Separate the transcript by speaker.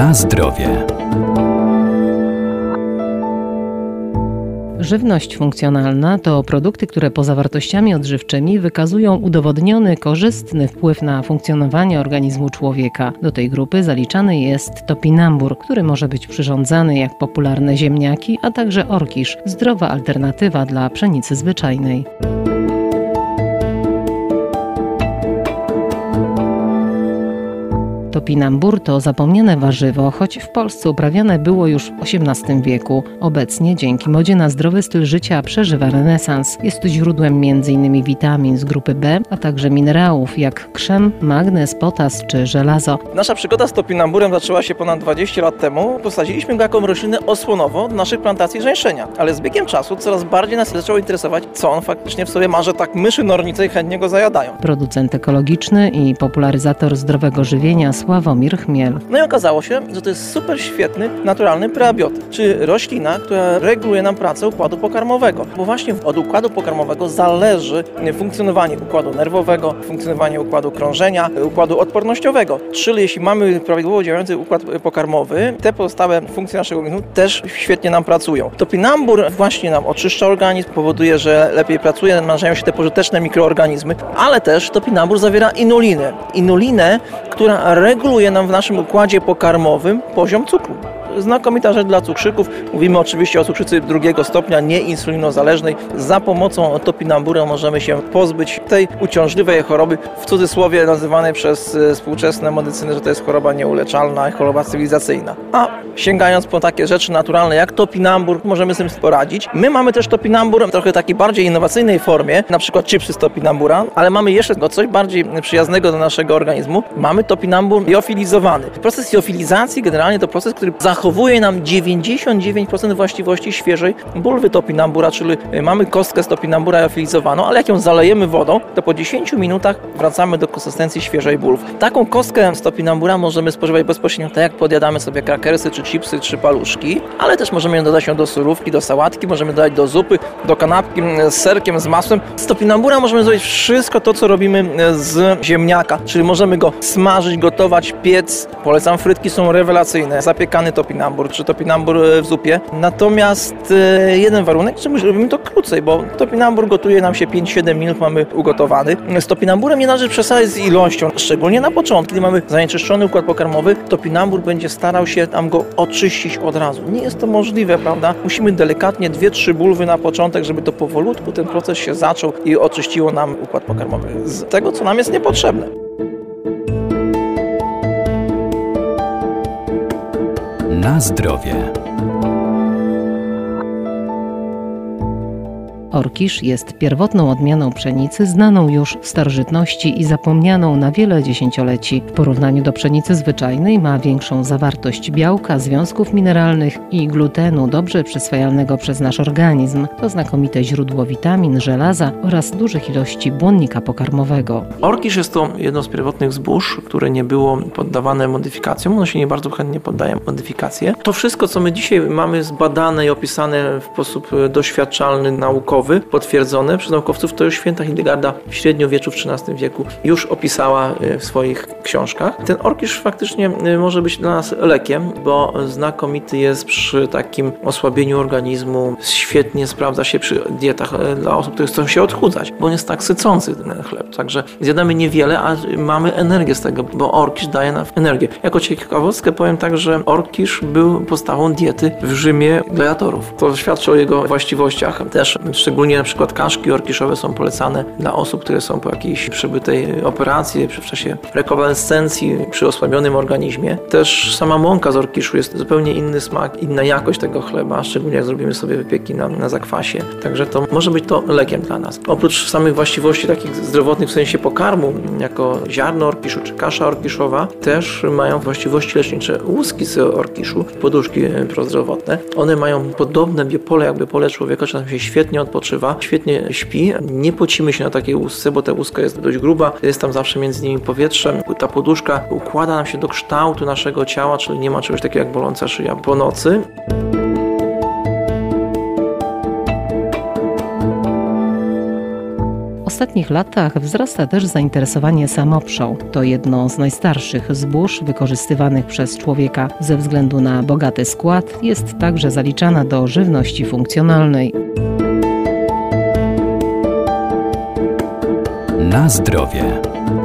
Speaker 1: Na zdrowie.
Speaker 2: Żywność funkcjonalna to produkty, które poza wartościami odżywczymi wykazują udowodniony, korzystny wpływ na funkcjonowanie organizmu człowieka. Do tej grupy zaliczany jest topinambur, który może być przyrządzany jak popularne ziemniaki, a także orkisz, zdrowa alternatywa dla pszenicy zwyczajnej. Topinambur to zapomniane warzywo, choć w Polsce uprawiane było już w XVIII wieku. Obecnie dzięki modzie na zdrowy styl życia przeżywa renesans. Jest źródłem m.in. witamin z grupy B, a także minerałów jak krzem, magnez, potas czy żelazo.
Speaker 3: Nasza przygoda z topinamburem zaczęła się ponad 20 lat temu. Posadziliśmy go jako roślinę osłonowo do naszych plantacji żeńszenia. Ale z biegiem czasu coraz bardziej nas zaczęło interesować, co on faktycznie w sobie ma, że tak myszy nornice i chętnie go zajadają.
Speaker 2: Producent ekologiczny i popularyzator zdrowego żywienia Sławomir Chmiel.
Speaker 3: No i okazało się, że to jest super świetny, naturalny preabiotyk, czy roślina, która reguluje nam pracę układu pokarmowego. Bo właśnie od układu pokarmowego zależy funkcjonowanie układu nerwowego, funkcjonowanie układu krążenia, układu odpornościowego. Czyli jeśli mamy prawidłowo działający układ pokarmowy, te pozostałe funkcje naszego organizmu też świetnie nam pracują. Topinambur właśnie nam oczyszcza organizm, powoduje, że lepiej pracuje, namnażają się te pożyteczne mikroorganizmy, ale też topinambur zawiera inulinę. Inulinę, która reguluje nam w naszym układzie pokarmowym poziom cukru. Znakomita rzecz dla cukrzyków. Mówimy oczywiście o cukrzycy drugiego stopnia, nieinsulinozależnej. Za pomocą topinambura możemy się pozbyć tej uciążliwej choroby, w cudzysłowie nazywanej przez współczesne medycyny, że to jest choroba nieuleczalna, choroba cywilizacyjna. A sięgając po takie rzeczy naturalne jak topinambur, możemy z tym poradzić. My mamy też topinambur w trochę takiej bardziej innowacyjnej formie, na przykład chipsy z topinambura, ale mamy jeszcze coś bardziej przyjaznego do naszego organizmu. Mamy topinambur liofilizowany. Proces liofilizacji generalnie to proces, który zachowuje nam 99% właściwości świeżej bulwy topinambura, czyli mamy kostkę z topinambura liofilizowaną, ale jak ją zalejemy wodą, to po 10 minutach wracamy do konsystencji świeżej bulwy. Taką kostkę z topinambura możemy spożywać bezpośrednio, tak jak podjadamy sobie krakersy, czy chipsy, czy paluszki, ale też możemy ją dodać do surówki, do sałatki, możemy dodać do zupy, do kanapki z serkiem, z masłem. Z topinambura możemy zrobić wszystko to, co robimy z ziemniaka, czyli możemy go smażyć, gotować, piec. Polecam, frytki są rewelacyjne. Zapiekany topinambur, czy topinambur w zupie. Natomiast jeden warunek, czy robimy to krócej, bo topinambur gotuje nam się 5-7 minut, mamy ugotowany. Z topinamburem nie należy przesadzać z ilością, szczególnie na początku, kiedy mamy zanieczyszczony układ pokarmowy, topinambur będzie starał się tam go oczyścić od razu. Nie jest to możliwe, prawda? Musimy delikatnie 2-3 bulwy na początek, żeby to powolutku ten proces się zaczął i oczyściło nam układ pokarmowy z tego, co nam jest niepotrzebne.
Speaker 1: Na zdrowie.
Speaker 2: Orkisz jest pierwotną odmianą pszenicy, znaną już w starożytności i zapomnianą na wiele dziesięcioleci. W porównaniu do pszenicy zwyczajnej ma większą zawartość białka, związków mineralnych i glutenu, dobrze przyswajalnego przez nasz organizm. To znakomite źródło witamin, żelaza oraz dużych ilości błonnika pokarmowego.
Speaker 3: Orkisz jest to jedno z pierwotnych zbóż, które nie było poddawane modyfikacjom. Ono się nie bardzo chętnie poddaje modyfikacje. To wszystko, co my dzisiaj mamy zbadane i opisane w sposób doświadczalny, naukowy, potwierdzone przez naukowców, to już święta Hildegarda w średniowieczu w XIII wieku już opisała w swoich książkach. Ten orkisz faktycznie może być dla nas lekiem, bo znakomity jest przy takim osłabieniu organizmu, świetnie sprawdza się przy dietach dla osób, które chcą się odchudzać, bo on jest tak sycący, ten chleb. Także zjadamy niewiele, a mamy energię z tego, bo orkisz daje nam energię. Jako ciekawostkę powiem tak, że orkisz był podstawą diety w Rzymie gladiatorów. To świadczy o jego właściwościach. Też szczególnie na przykład kaszki orkiszowe są polecane dla osób, które są po jakiejś przebytej operacji, w czasie rekonwalescencji, przy osłabionym organizmie. Też sama mąka z orkiszu jest zupełnie inny smak, inna jakość tego chleba, szczególnie jak zrobimy sobie wypieki na zakwasie. Także to może być to lekiem dla nas. Oprócz samych właściwości takich zdrowotnych w sensie pokarmu, jako ziarno orkiszu czy kasza orkiszowa, też mają właściwości lecznicze. Łuski z orkiszu, poduszki prozdrowotne, one mają podobne biopole, jakby pole człowieka, czasem się świetnie odpoczywa, świetnie śpi. Nie pocimy się na takiej łusce, bo ta łuska jest dość gruba, jest tam zawsze między nimi powietrze. Ta poduszka układa nam się do kształtu naszego ciała, czyli nie ma czegoś takiego jak boląca szyja po nocy.
Speaker 2: O ostatnich latach wzrasta też zainteresowanie samoprzą. To jedno z najstarszych zbóż wykorzystywanych przez człowieka. Ze względu na bogaty skład jest także zaliczana do żywności funkcjonalnej.
Speaker 1: Na zdrowie.